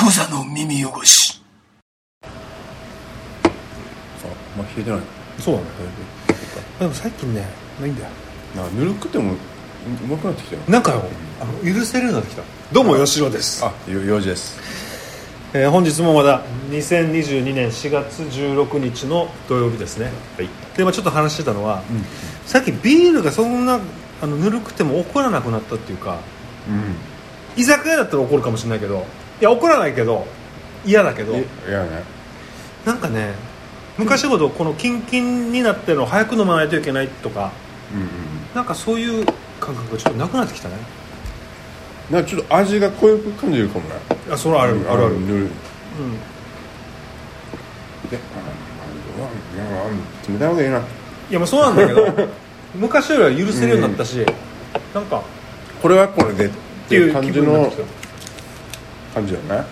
座の耳汚し。 冷えてない。 そうなんだよ。でも最近ねないんだよ。 ぬるくてもうまくなってきたよ。 なんかよ、許せるようになってきた。どうも吉野です。 4時です。 本日もまだ2022年4月16日の土曜日ですね。はい。でちょっと話してたのは、さっきビールがそんなぬるくても怒らなくなったっていうか、居酒屋だったら怒るかもしれないけど、いや怒らないけど嫌だけど、 いやね。 なんかね、昔ほどこのキンキンになってるのを早く飲まないといけないとか、なんかそういう感覚がちょっとなくなってきたね。 なんかちょっと味が濃ゆく感じるかもね。 それはある、あるある。 で、冷たい方がいいな。 いやまあそうなんだけど昔よりは許せるようになったし、なんかこれはこれでっていう感じの感じよね。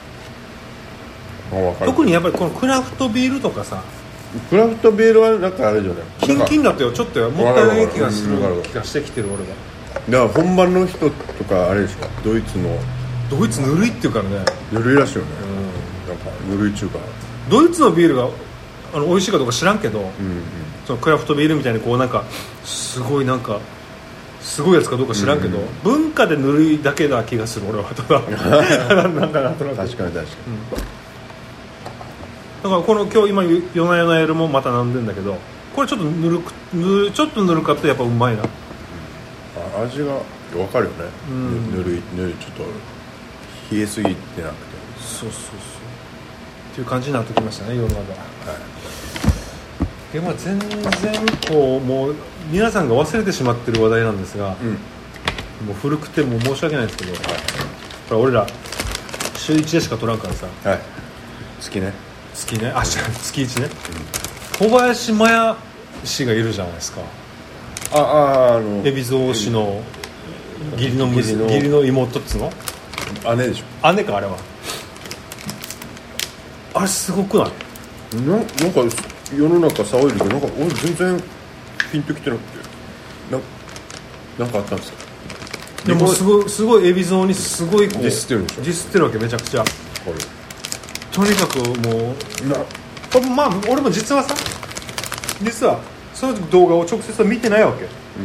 特にやっぱりこのクラフトビールとかさ、 クラフトビールはなんかあれじゃない、 キンキンだとよちょっともったいない気がする気がしてきてる俺は。 だから本場の人とかあれでしょ、ドイツぬるいっていうからね、 ぬるいらしいよね。なんかぬるい中華、 ドイツのビールが美味しいかどうか知らんけど、そのクラフトビールみたいにこうなんかすごいやつかどうか知らんけど、文化でぬるいだけな気がする俺は。ただなんかなんとなく確かに、 だからこの今日今夜な夜な夜もまた飲んでんだけど、これちょっとぬるかったらやっぱうまいな。 味が分かるよね。ぬるいちょっと冷えすぎてなくて、 そうっていう感じになってきましたね世の中。で全然こうもう皆さんが忘れてしまってる話題なんですが、もう古くても申し訳ないですけど、これ俺ら週1でしか取らんからさ、 月ね月1ね、小林麻耶氏がいるじゃないですか。海老蔵氏の義理の妹っつの姉でしょ。 姉か。あれはあれすごくない？ なんか世の中騒いでるけど、なんか俺全然ピンときてなくて、なんかあったんですか？ でもすごい海老蔵にすごいこうディスってるでしょ。 ディスってるわけ、めちゃくちゃ。とにかくもうまあ俺も実はその動画を直接は見てないわけ、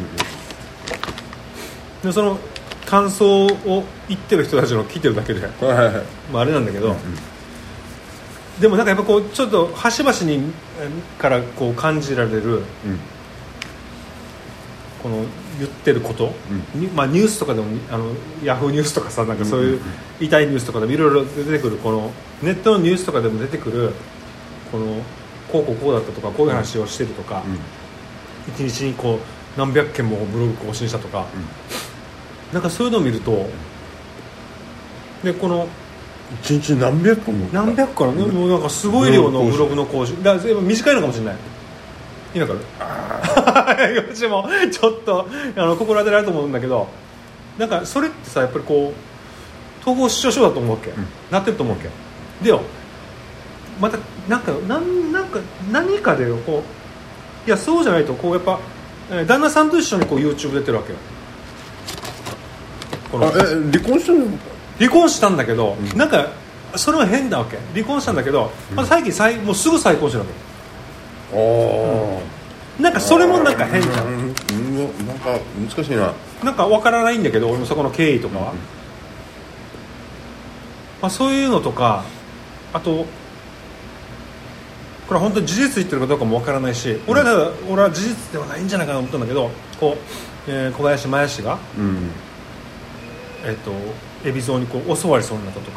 でその感想を言ってる人たちの聞いてるだけで、まああれなんだけど、でもなんかやっぱこうちょっと端々にからこう感じられる、この言ってること、まあニュースとかでもヤフーニュースとかさ、なんかそういう痛いニュースとかでもいろいろ出てくる、このネットのニュースとかでも出てくるこのこうだったとか、こういう話をしてるとか、一日にこう何百件もブログ更新したとか、なんかそういうのを見ると、でこの一日何百個もね、もうなんかすごい量のブログの更新だから短いのかもしれない。今からよしもちょっと心当たりあると思うんだけど、なんかそれってさ、やっぱりこう統合失調症だと思うわけ、なってると思うわけでよ。またなんか何かでよ、こういやそうじゃないと、こうやっぱ旦那さんと一緒にこう YouTube 出てるわけよ。離婚したんだけど、なんかそれは変だわけ。離婚したんだけど、まあ、最近もうすぐ再婚してるわけ。なんかそれもなんか変じゃん。 なんか難しいな。 なんか分からないんだけど、俺もそこの経緯とかは、まあ、そういうのとか、あとこれは本当に事実言ってるかどうかも分からないし、俺は事実ではないんじゃないかなと思ったんだけど、こう、小林麻耶氏が、海老蔵にこう襲われそうになったとか、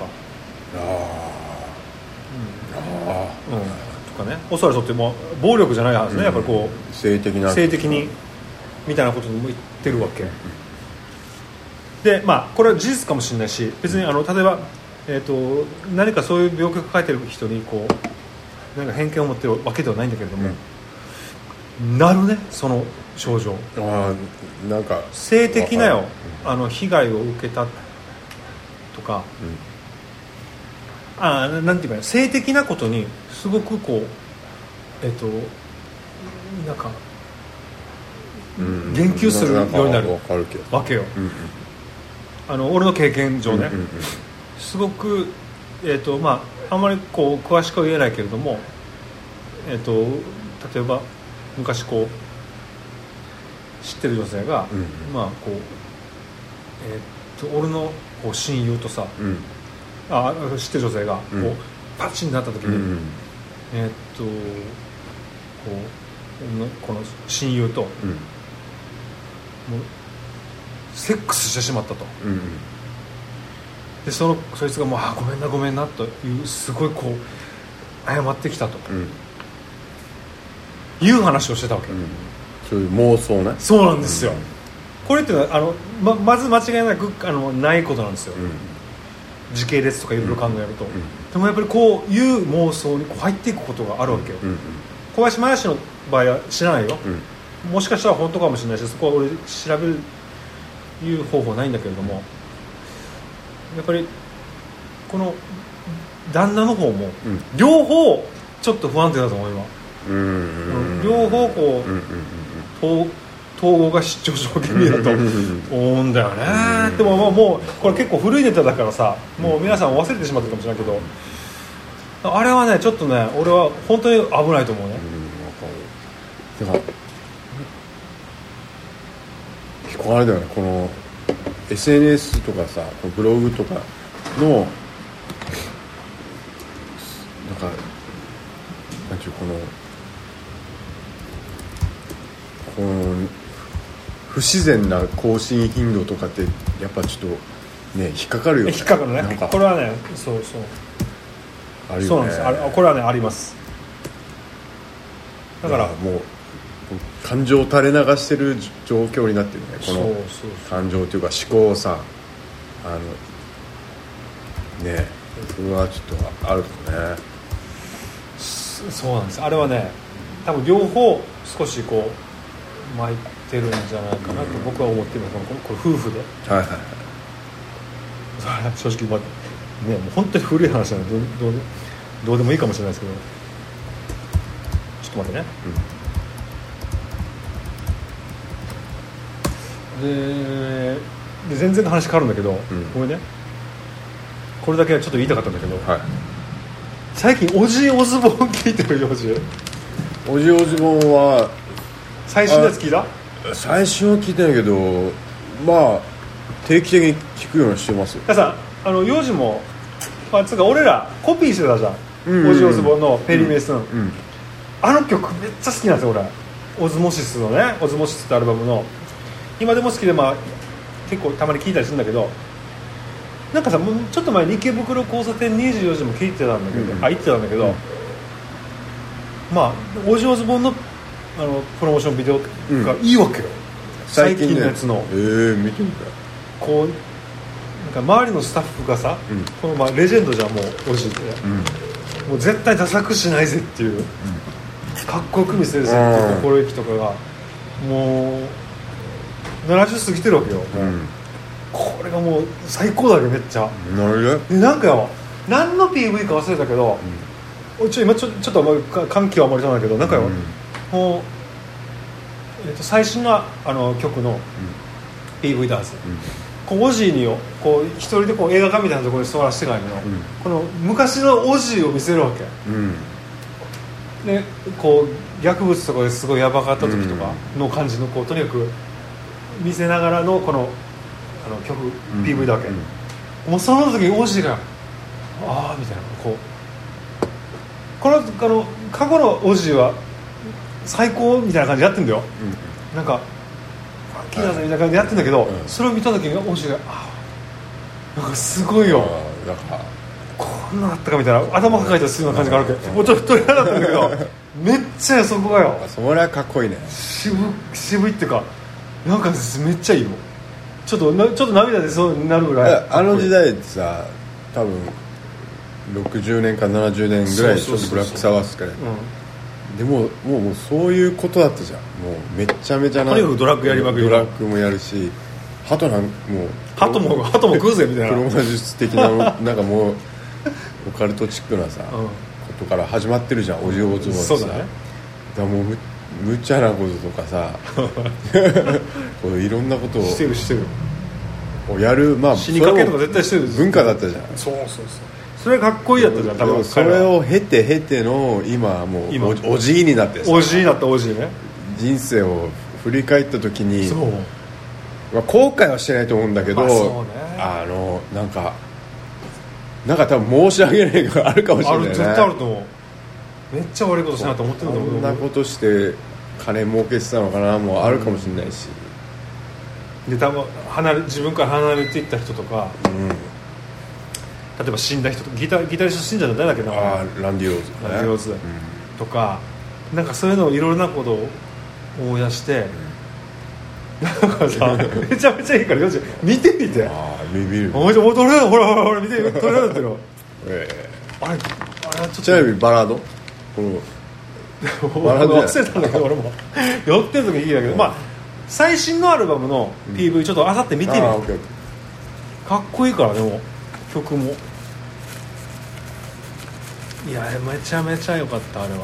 とかね、襲われそうってもう暴力じゃないはずね、やっぱりこう性的にみたいなことも言ってるわけ、でまあこれは事実かもしれないし、別に例えば、何かそういう病気を抱えてる人にこうなんか偏見を持ってるわけではないんだけれども、なるね、その症状。 なんか性的な被害を受けたとか、なんていうか、性的なことにすごくこうなんか言及するようになるわけよ。俺の経験上ね、すごくまああんまりこう詳しくは言えないけれども、例えば昔こう知ってる女性が、まあこう俺のこう親友とさ、知ってる女性がこう、パチンになった時に、この親友と、もうセックスしてしまったと、でそいつがもうごめんなというすごいこう謝ってきたと、いう話をしてたわけ、 そういう妄想ね。 そうなんですよ、これっていうのはまず間違いなくないことなんですよ、時系列とかいろいろ考えると、でもやっぱりこういう妄想にこう入っていくことがあるわけよ、小林麻耶氏の場合は知らないよ、もしかしたら本当かもしれないし、そこは俺調べるいう方法ないんだけれども、やっぱりこの旦那の方も両方ちょっと不安定だと思う今、両方こう、統合が失調症気味だと思うんだよね。でももうこれ結構古いネタだからさ、もう皆さん忘れてしまってるかもしれないけど、あれはねちょっとね俺は本当に危ないと思うね。 だから結構あれだよね、この SNS とかさ、このブログとかのなんかなんていうこの不自然な更新頻度とかってやっぱちょっとね引っかかるよね。 引っかかるね。これはねそうあるよね。 そうなんです。これはねあります。だからもう感情を垂れ流してる状況になってるね。この感情というか思考をさ、ね、それはちょっとあるかもね。 そうなんです。あれはね多分両方少しこう巻いてるんじゃないかなと僕は思っています。これ夫婦で、正直ねもう本当に古い話なのでどうでもいいかもしれないですけど、ちょっと待ってね、で全然話変わるんだけど、ごめんね、これだけはちょっと言いたかったんだけど、最近オジーオズボーン聞いてるよ。オジーオズボーンは最新のやつ聞いた？ 最新は聞いてないけど、まあ定期的に聞くようにしてますよ。 だからさ、幼児も、つうか俺らコピーしてたじゃん、オジーオズボーンのペリー・メイスン、あの曲めっちゃ好きなんですよ俺。オズモシスのね、オズモシスってアルバムの今でも好きで、まあ結構たまに聴いたりするんだけど、なんかさちょっと前に池袋交差点24時も聴いてたんだけど、行ってたんだけど、まあオジーオズボーンのプロモーションビデオがいいわけよ、最近のやつの。 見てみたい。 こうなんか周りのスタッフがさ、このレジェンドじゃんもうオジーって、もう絶対ダサくしないぜっていう、かっこよく見せるぜっていう心意気とかがもう70過ぎてるわけよ、これがもう最高だけどめっちゃ。なんか何の PV か忘れたけど、今ちょっと歓喜はあまりそうなんだけど、なんかよ、もう、最新の曲の PV ダンス、こうオジーにこう一人でこう映画館みたいなところに座らせてないのよ、この昔のオジーを見せるわけ、でこう薬物とかですごいヤバかった時とかの感じのこうとにかく見せながらのこの曲 PV だけ、もうその時オジーがああみたいな、この過去のオジーは最高みたいな感じでやってんだよ、なんかファンキーだぜみたいな感じでやってんだけど、それを見た時にオジーがなんかすごいよ、こんなだったかみたいな、頭抱えたりするような感じがあるわけ、もうちょっと嫌だったんだけどめっちゃそこがよ、 それはかっこいいね。 渋いっていうか、なんかめっちゃいいよ。ちょっと涙出そうになるぐらい。 あの時代ってさ、多分60年か70年ぐらいちょっとブラックサバスから、でもうそういうことだったじゃん。もうめちゃめちゃな、 とにかくドラッグやりまくり、 ドラッグもやるし、鳩も食うぜみたいな、 プロ魔術的ななんかもうオカルトチックなさ、ことから始まってるじゃん、オジーオズボーンってさ。 そうだね。 だからもう無茶なこととかさこういろんなことをしてるやる、まあ死にかけとか絶対してる文化だったじゃん。 そうそそれかっこいいやったじゃん多分。 それを経ての今もう今おじいになっておじいになったおじいね。 人生を振り返った時にそう、 まあ、後悔はしてないと思うんだけど、 まあそうね、 なんか多分申し訳ないがあるかもしれないね。 絶対あると思う。めっちゃ悪いことしなと思ってると思う。 こんなことして金儲けてたのかなもあるかもしれないし、 で多分自分から離れていった人とか、例えば死んだ人とかギタリスト死んじゃった誰だっけな、 ランディ・ローズ、 ランディ・ローズ、とかなんかそういうのをいろいろなことを思い出して、なんかさめちゃめちゃいいから見てみて。 見る。 ほら見て撮れるってよ。あれはちょっとちなみにバラードバラード忘れたんだけど俺も寄ってる時にいいだけど、まあ最新のアルバムの PV ちょっとあさって見てみる。かっこいいからでも曲もいやめちゃめちゃ良かった。あれは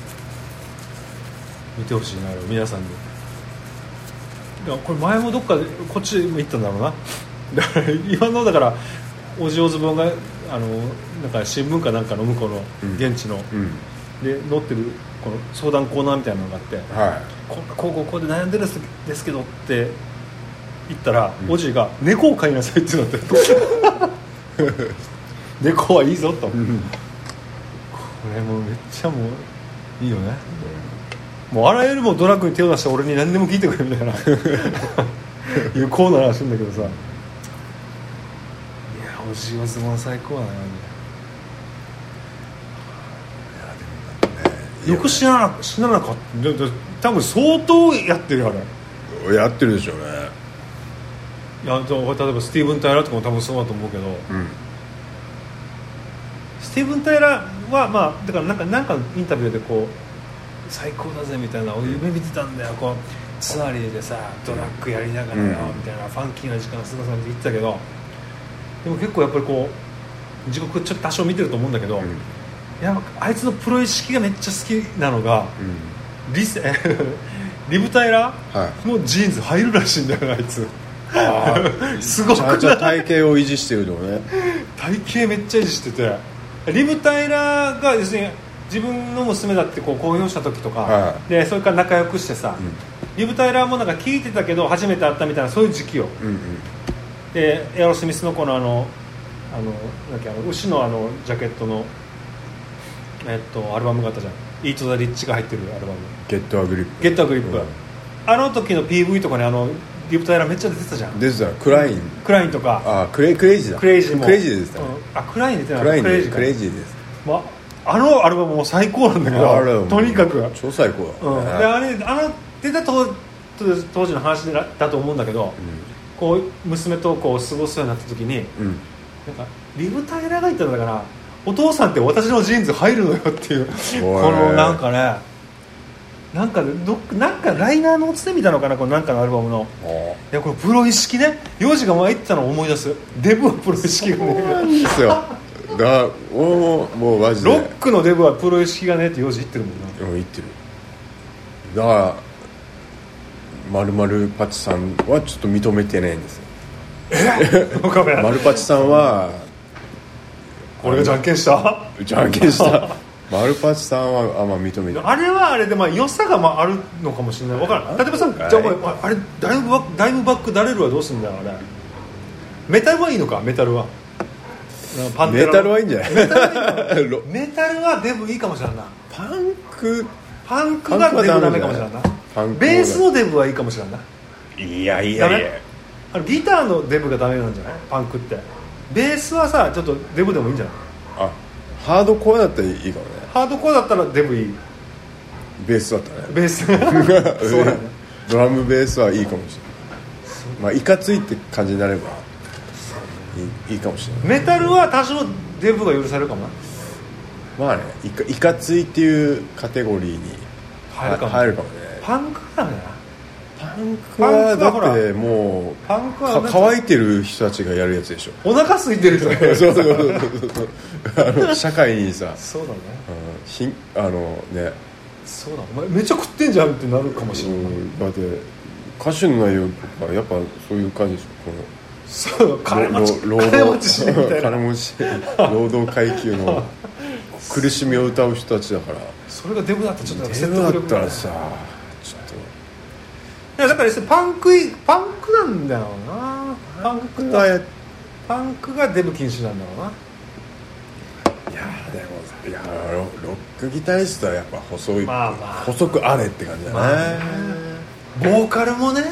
見てほしいな、あれ皆さんに。いやこれ前もどっかでこっちも行ったんだろうな。だから今のだからオジオズボンがなんか新聞かなんかの向こうの現地の、で載ってるこの相談コーナーみたいなのがあって、こうで悩んでるんですけどって言ったら、おじいが猫を飼いなさいってなって猫はいいぞと、これもうめっちゃもういいよね、もうあらゆるもドラッグに手を出して俺に何でも聞いてくれみたいないうコーナーらしいんだけどさ、いやおじいはズボン最高だな。よく知らなかった多分相当やってるよあれ。 やってるでしょうね。 いや例えばスティーブン・タイラーとかも多分そうだと思うけど、スティーブン・タイラーはまあだからなんかインタビューでこう最高だぜみたいな、夢見てたんだよこうツアーでさドラッグやりながらよ、みたいなファンキーな時間を過ごされて言ってたけど、でも結構やっぱりこう自国ちょっと多少見てると思うんだけど、いやあいつのプロ意識がめっちゃ好きなのが、リブタイラーのジーンズ入るらしいんだよあいつ。すごくない？ ちゃんと体型を維持してるのね。 体型めっちゃ維持してて、リブタイラーが要するに自分の娘だってこう公表した時とか、でそれから仲良くしてさ、リブタイラーもなんか聞いてたけど初めて会ったみたいなそういう時期よ、でエアロスミスの子のなんだっけ牛のジャケットのアルバムがあったじゃん、イート・ザ・リッチが入ってるアルバム、 ゲット・アグリップ、 ゲット・アグリップ、あの時の PV とかにリブタイラーめっちゃ出てたじゃん。 出てた。クラインとか、 クレイジーだ。 クレイジーもクレイジーで出てた、 クライン出てない、 クレイジーです。 あのアルバムも最高なんだけど、とにかく超最高だ、 で出た当時の話だと思うんだけど、こう娘とこう過ごすようになった時に、なんかリブタイラーが言ったんだから、お父さんって私のジーンズ入るのよっていう、このなんかね、なんかライナーの落ちてみたのかな、このなんかのアルバムの。いやこれプロ意識ね、幼児が前言ってたのを思い出す。デブはプロ意識がね。 そうなんですよ。だもうマジで。 ロックのデブはプロ意識がねって幼児言ってるもんな。 言ってる。だからマルマルパチさんはちょっと認めてないんですよ。マルパチさんは俺がじゃんけんしたマルパチさんはあんま認めてない。 あれはあれで良さがあるのかもしれない。分からん。例えばさ、じゃああれだいぶバックダレルはどうすんだよあれ。メタルはいいのか、メタルは。 メタルはいいんじゃない？ メタルはデブいいかもしれないな。パンクがデブダメかもしれないな。ベースのデブはいいかもしれないな。 いやギターのデブがダメなんじゃない？パンクって。ベースはさちょっとデブでもいいんじゃない？ ハードコアだったらいいかもね。 ハードコアだったらデブいい。 ベースだったね。 ベースそうだね。 ドラムベースはいいかもしれない。いかついって感じになればいいかもしれない。 メタルは多少デブが許されるかもな。 まあね、いかついっていうカテゴリーに入るかもね。 パンクダメだな。 パンクはだってもうパンクは乾いてる人たちがやるやつでしょ。 お腹空いてる人がやる。 そう社会にさ、 そうだね。 ね。 そうだ。お前めっちゃ食ってんじゃんってなるかもしれない。 だって歌詞の内容とかやっぱそういう感じでしょ。 そう金持ちみたいな金持ち労働階級の苦しみを歌う人たちだから。 それがデブだったらちょっとデブだったらさちょっとだからパンクなんだろうな。パンクがデブ禁止なんだろうな。 いやでもロックギタリストはやっぱ細くあれって感じだね、 ボーカルもね、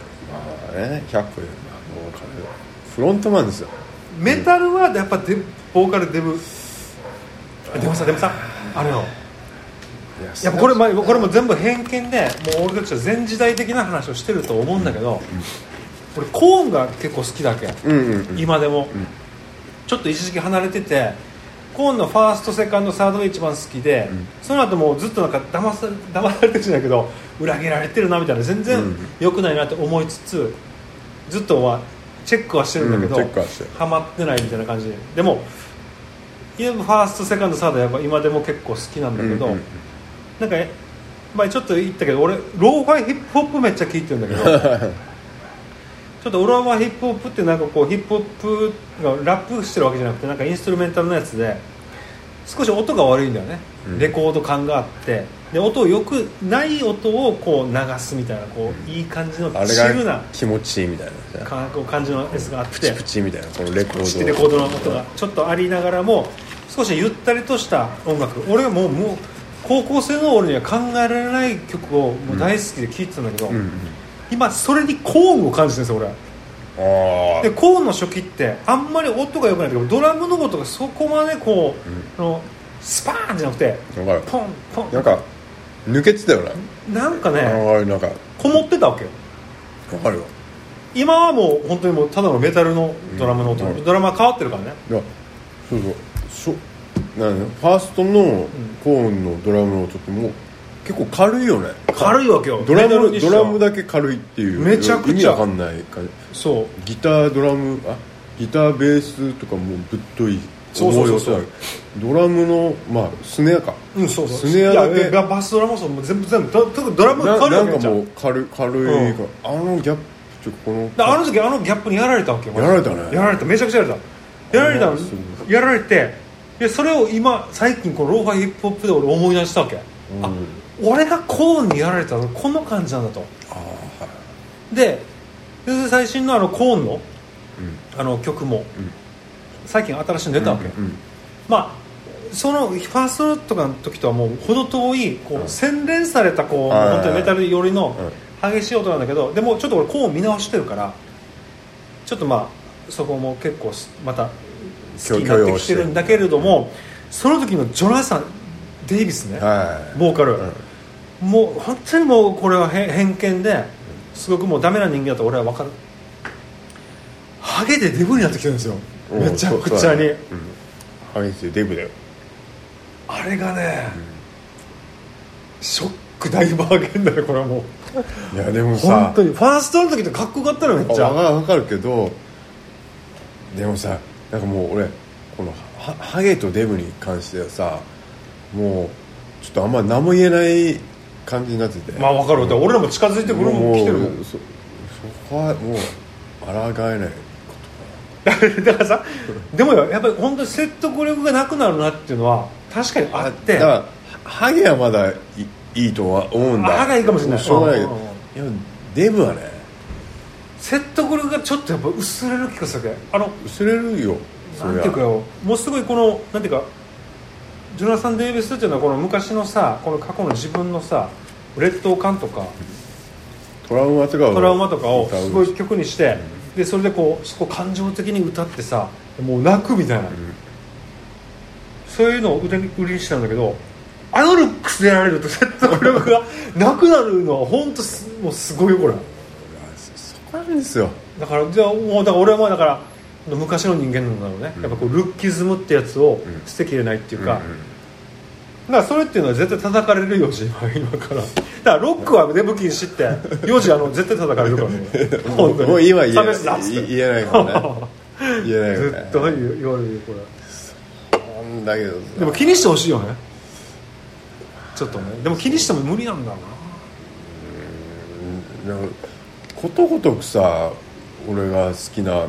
100分フロントマンですよ。 メタルはやっぱボーカルデブでもさあれよ、やっぱこれも全部偏見で、もう俺たちは全時代的な話をしてると思うんだけど、俺コーンが結構好きだけ、今でも、ちょっと一時期離れてて、コーンのファーストセカンドサードが一番好きで、その後もうずっとなんか騙されてるじゃないけど裏切られてるなみたいな、全然良くないなって思いつつずっとはチェックはしてるんだけど、ハマってないみたいな感じで。でもファーストセカンドサードやっぱ今でも結構好きなんだけど、なんか前ちょっと言ったけど俺ローファイヒップホップめっちゃ聴いてるんだけどちょっとローファイヒップホップってなんかこうヒップホップがラップしてるわけじゃなくて、なんかインストゥルメンタルのやつで少し音が悪いんだよね、レコード感があって、で音良くない音をこう流すみたいな、こういい感じのチルな気持ちいいみたいな感じのやつがあって、 プチプチみたいなこのレコードの音がちょっとありながらも少しゆったりとした音楽、俺はもう高校生の俺には考えられない曲をもう大好きで聴いてたんだけど、今それにコーンを感じてるんですよ俺。でコーンの初期ってあんまり音が良くないけど、ドラムの音がそこまでこう、スパーンじゃなくてポンポンなんか抜けてたよね。 なんかねなんかこもってたわけよ。 わかるよ。 今はもう本当にもうただのメタルのドラムの音、ドラマ変わってるからね。 いやそうファーストのコーンのドラムの音ってもう結構軽いよね。 軽いわけよ。 ドラムだけ軽いっていう、 めちゃくちゃ意味わかんない感じ。 そうギターベースとかもぶっとい重い音だけど、ドラムのスネアか、スネアだけ、 バスドラムも全部ドラムが軽いわけじゃん。 なんかもう軽いから、あのギャップあの時あのギャップにやられたわけよ。 やられたね。 やられた、めちゃくちゃやられて、でそれを最近このローファイヒップホップで俺思い出したわけ、俺がコーンにやられたのこの感じなんだと。で最新のコーンの、曲も、最近新しいの出たわけ、そのファーストとかの時とはもう程遠い洗練された本当にメタル寄りの激しい音なんだけど、でもちょっと俺コーン見直してるから、ちょっとそこも結構また好きになってきてるんだけれども、その時のジョナサン・デイビスね、ボーカル、もう本当にもうこれは偏見ですごくもうダメな人間だと俺は分かる。ハゲでデブになってきてるんですよ、めちゃくちゃに。 ハゲでデブだよ。 あれがね、ショック大バーゲンだねこれはもう。 いやでもさ本当にファーストの時ってかっこよかったのめっちゃ。 分かるけど、でもさなんかもう俺このハゲとデブに関してはさ、もうちょっとあんま何も言えない感じになってて。 分かる。俺らも近づいてくるもん来てるもん。 そこはもう抗えないだからさ、でもやっぱり本当に説得力がなくなるなっていうのは確かにあって、 だからハゲはまだいいとは思うんだ。 ハゲいいかもしれない。 しょうがないけど、いやデブはね、 説得力がちょっとやっぱ薄れる気がするわけ。 薄れるよ。 なんていうかよ、もうすごいこのなんていうか、ジョナサン・デイビスっていうのはこの昔のさ、この過去の自分のさ劣等感とかトラウマとかをすごい曲にして、でそれでそこ感情的に歌ってさ、もう泣くみたいな、そういうのを売りにしてたんだけど、あのルックスでやられると説得力がなくなるのは本当もうすごいよこれ。 そこなんですよ。 だから俺はもうだから昔の人間なんだろうね、やっぱルッキズムってやつを捨てきれないっていうか、だからそれっていうのは絶対叩かれるよ今から。だからロックはデブ禁止って4時絶対叩かれるからね。 もう今言えないからね。 言えないからね絶対言われるよこれ。 なんだけどでも気にしてほしいよねちょっとね。でも気にしても無理なんだろうな。 ことごとくさ、俺が好きな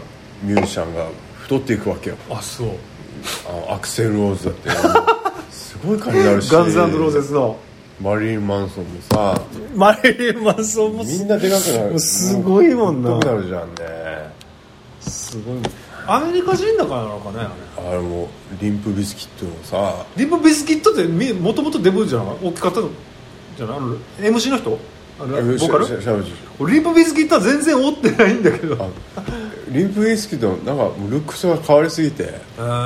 ミュージシャンが太っていくわけよ。 あ、そう。 アクセル・ローズだってすごい感じになるし、 ガンズ&ローゼスのマリリン・マンソンもさ、 マリリン・マンソンもみんなでかくなる、 すごいもんな。 太くなるじゃんね。 すごいもん。アメリカ人だからなのかね、 あれもリンプ・ビスキットのさ、 リンプ・ビスキットってもともとデブじゃない、大きかったじゃない、MC の人、ボーカル。リンプ・ビスキットは全然追ってないんだけど、 リンプ・ビスキットのなんかルックスが変わりすぎて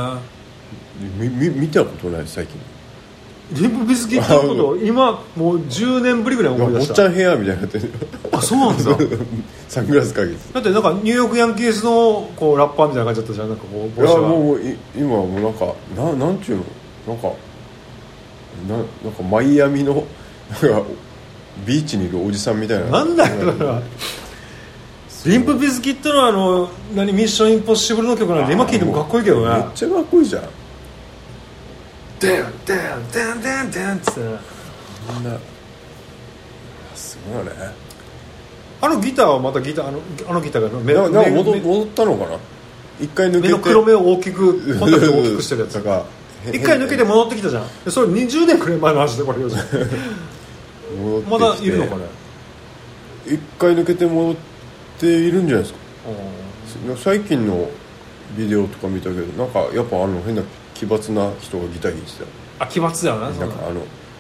見たことない最近。 リンプ・ビスキットのこと今もう10年ぶりぐらい思い出した。 おっちゃんヘアみたいになってる。 あ、そうなんだ。 サングラスかけて、 だってなんかニューヨークヤンキースのこうラッパーみたいな感じだったじゃん。なんかこういやもう今はもうなんかなんていうの、なんかマイアミのなんかビーチにいるおじさんみたいな。 なんだよだからリンプ・ビスキットのミッション・インポッシブルの曲なんて今聴いてもかっこいいけどね。 めっちゃかっこいいじゃん。 デンデンデンデンデンってみんなすごいよね。 あのギターはまたギターあのギターがなんか戻ったのかな。一回抜けて目の黒目を大きくコンタクトを大きくしてるやつが一回抜けて戻ってきたじゃん。それ20年くらい前の話でこれまだいるのかね。 一回抜けて戻っているんじゃないですか。最近のビデオとか見たけど、なんかやっぱ変な奇抜な人がギター弾いてたよ。 あ、奇抜だよな。 なんかなんていう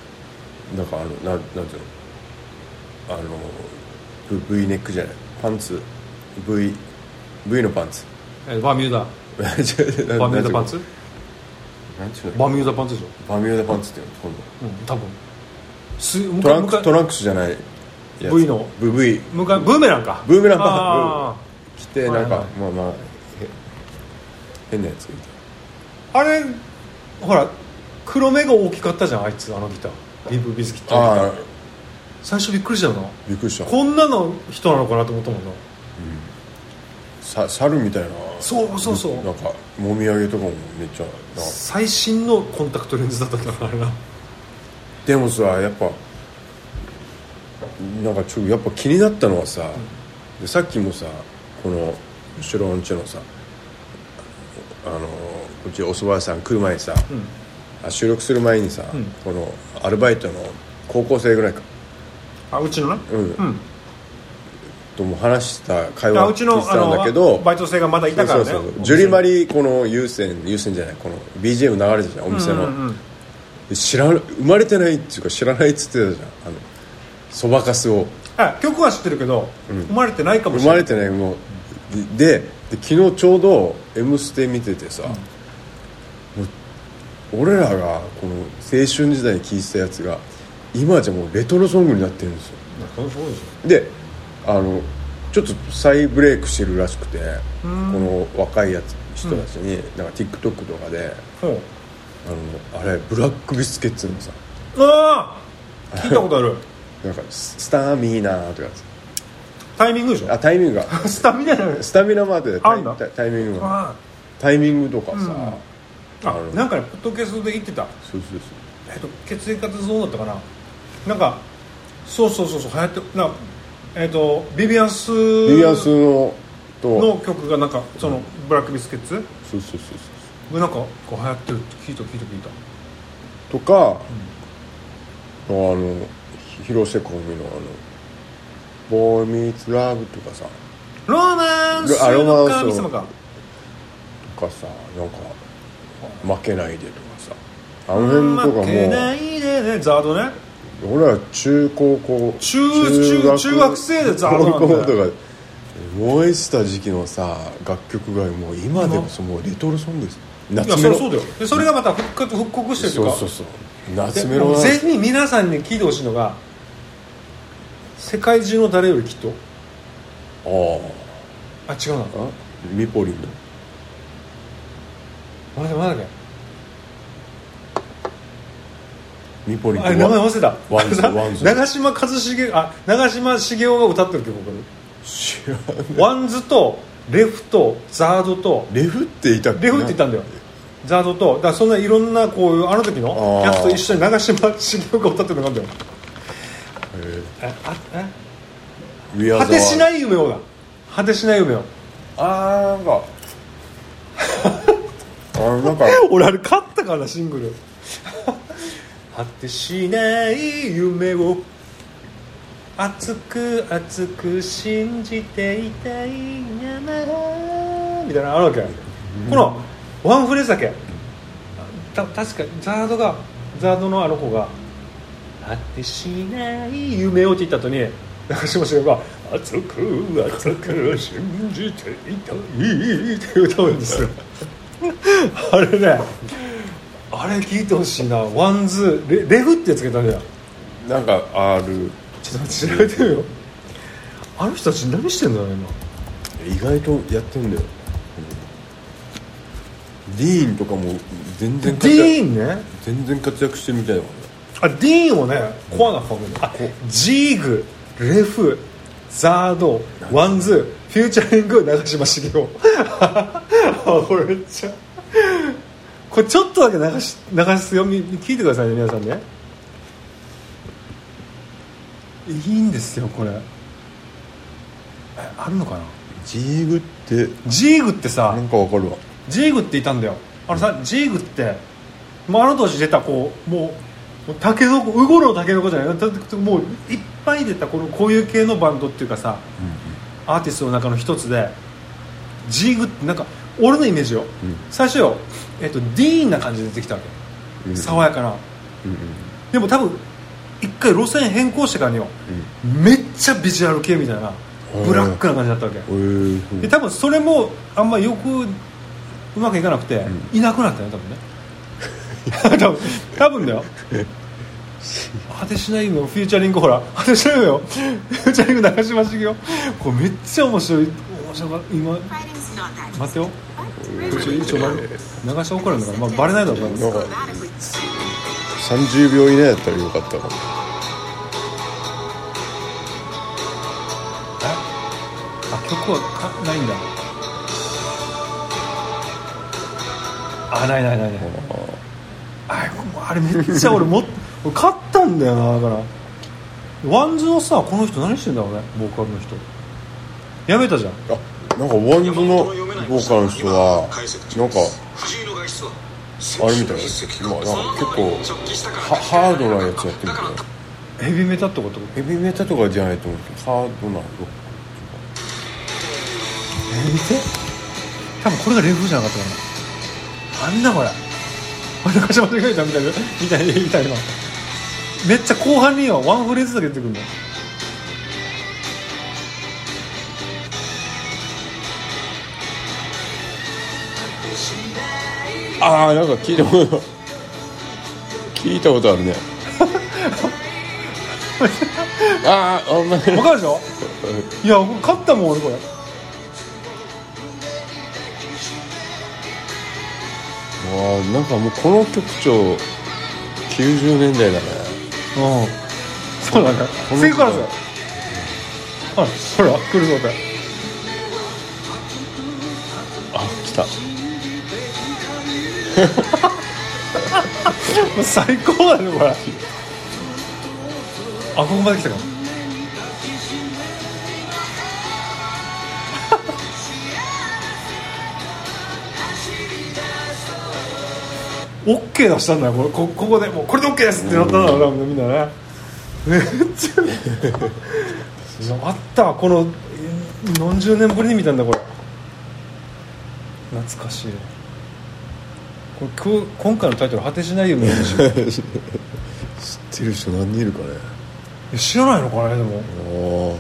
の、V ネックじゃない、パンツ V のパンツ、 バミューダバミューダパンツ、 なんていうの、 バミューダパンツでしょ。 バミューダパンツっていうの今度、 多分トランクスじゃないやつ、 V のブーメランか、 ブーメランパンツ着て、なんか、 はいはい、 まあ変なやつがいた。あれほら黒目が大きかったじゃん、あいつ、あのギターリンプ・ビスキットのギター。最初びっくりしたよな。 びっくりした。 こんなの人なのかなと思ったもんな。 猿みたいな。 そうなんかもみあげとかもめっちゃ最新のコンタクトレンズだったからな。 でもさ、やっぱなんかやっぱ気になったのはさ、でさっきもさ、この後ろんちのさ、こっちお蕎麦屋さん来る前にさ、収録する前にさ、このアルバイトの高校生ぐらいか、 うちのね、 とも話した会話聞いてたんだけど、 バイト生がまだいたからね。 そうジュリマリこの有線じゃない、この BGM 流れてたじゃん、お店の、生まれてないっていうか知らないっつってたじゃん、そばかすを。 曲は知ってるけど、生まれてないかもしれない。 生まれてない。もうで昨日ちょうど「M ステ」見ててさ、もう俺らがこの青春時代に聴いてたやつが今じゃもうレトロソングになってるんですよ。でちょっと再ブレイクしてるらしくて、この若い人たちになんか TikTok とかで、あれブラックビスケッツのさ、 聞いたことある。 なんかスタミナとかタイミングでしょ。 タイミングがスタミナまでタイミングがタイミングとかさ、 なんかね、ポッドキャストで言ってた。 そう血液活動だったかな。なんかそう流行ってビビアンスの曲がなんかそのブラックビスケッツそうなんかこう流行ってるって聞いたとか、広瀬香美のボーイミーツラブとかさ、 ロマンスの神様かとかさ、なんか負けないでとかさ、あの辺とかも負けないでね、ザードね。 俺は中学生でザードなんだよ。とか燃えてた時期のさ楽曲がもう今でももうレトロソングです。夏メロ。そうだよ。でそれがまた復刻してるというか、そう夏メロはぜひ皆さんに聴いてほしいのが、世界中の誰よりきっと、違うな、 ミポリンのまだっけ、 ミポリン名前忘れた。ワンズ長嶋茂雄が歌ってる曲、 知らない。 ワンズとレフとザードとレフって言ったんだよ。ザードとだからそんないろんなこういうあの時のやつと一緒に長嶋茂雄が歌ってるのがあるんだよ。果てしない夢を。なんかなんか俺あれ買ったからなシングル果てしない夢を熱く熱く信じていたい山みたいなのあるわけ、このワンフレーズだけ確かザードのあの子が果てしない夢をって言った後に中島茂が熱く熱く信じていたいって歌うんですよあれね、あれ聞いてほしいな。ワンズ レフってやつがいたんだよ。 なんか R ちょっと調べてみよう。あの人たち何してんだろう今。 意外とやってんだよ、ディーンとかも全然ディーンね、 全然活躍してるみたいだもんね。 あ、ディーンをね、コアなファンで、あ、ジーグ、レフ、ザード、ワンズ、フューチャリング長嶋茂雄これめっちゃこれちょっとだけ流すよ、聞いてくださいね皆さんね。いいんですよこれ。あるのかな。 ジーグってさ、 なんかわかるわ。 ジーグっていたんだよ。あのさ、ジーグって、まあ、あの当時出たこうもうタケノコ、ウゴロタケノコじゃない、もういっぱい出たこういう系のバンドっていうかさ、アーティストの中の一つで、ジーグってなんか俺のイメージよ、最初よ、ディーンな感じで出てきたわけ、爽やかな、でも多分一回路線変更してからによ、めっちゃビジュアル系みたいなブラックな感じだったわけ、で多分それもあんまよくうまくいかなくて、いなくなったよ多分ね多分だよ果てしない夢をフューチャリング、ほら果てしない夢をフューチャリング長嶋茂雄、これめっちゃ面白い今待ってよ、これ一応流し怒るんだから、まあ、バレないだろうな。 30秒以内だったらよかったかも。 あ、曲はないんだ。あ、ないあれめっちゃ俺買ったんだよな。だからワンズのさ、この人何してんだろうね、ボーカルの人やめたじゃん。 なんかワンズのボーカルの人はなんかあれみたいです、まあ、なんか結構ハードなやつやってるみたいな。 ヘビメタとかヘビメタとかじゃないと思うけど、ハードなロックとか。 見て、多分これがレフじゃなかったかな。なんだこれ、中島茂雄ちゃんみたいなめっちゃ後半にはワンフレーズだけ出てくるんだよ。 ああ、なんか聞いたことあるねああ、分かるでしょいや、勝ったもん俺これ。 なんかもうこの曲調90年代だね。 そうだね。次からさ、ほら来るぞって。 来たもう最高だねこれ。ここまで来たか。オッケー出したんだよここでもうこれでオッケーですってなったんだろうみんなね。めっちゃあったこの40年ぶりに見たんだこれ。懐かしい。これ今回のタイトル果てしない夢でしょ知ってる人何人いるかね。 知らないのかね。でも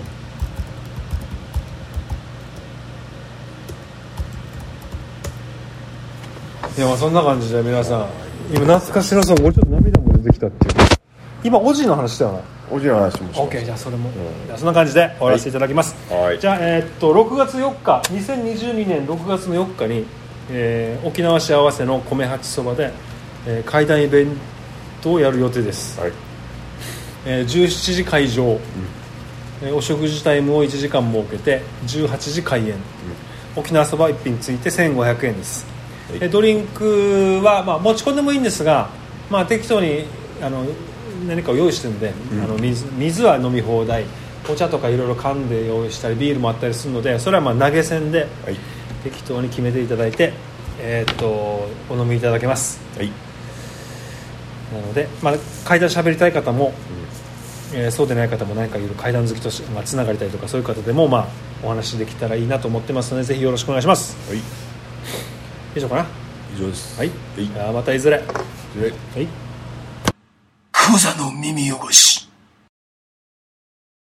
いや、まあそんな感じで皆さん今懐かしのソング、ちょっと涙も出てきたっていう。今オジの話したよな。 オジの話もします。 OK、 じゃあそれも、じゃあそんな感じで終わらせていただきます、 はい、 じゃあ、6月4日2022年6月の4日に、沖縄市合わせの米八そばで、会談イベントをやる予定です、はい、17時会場、お食事タイムを1時間設けて18時開演、沖縄そば1品ついて1500円です、ドリンクは、まあ、持ち込んでもいいんですが、まあ、適当に何かを用意してるんで、水は飲み放題、お茶とかいろいろ缶で用意したりビールもあったりするので、それはまあ投げ銭で適当に決めていただいて、 お飲みいただけます。 はい。 なので、怪談喋りたい方も、そうでない方も何かいる怪談好きとつながりたいとかそういう方でもお話できたらいいなと思ってますので、ぜひよろしくお願いします。 はい。 以上かな。 以上です。 はい。じゃあまたいずれ。はい。 クザの耳汚し。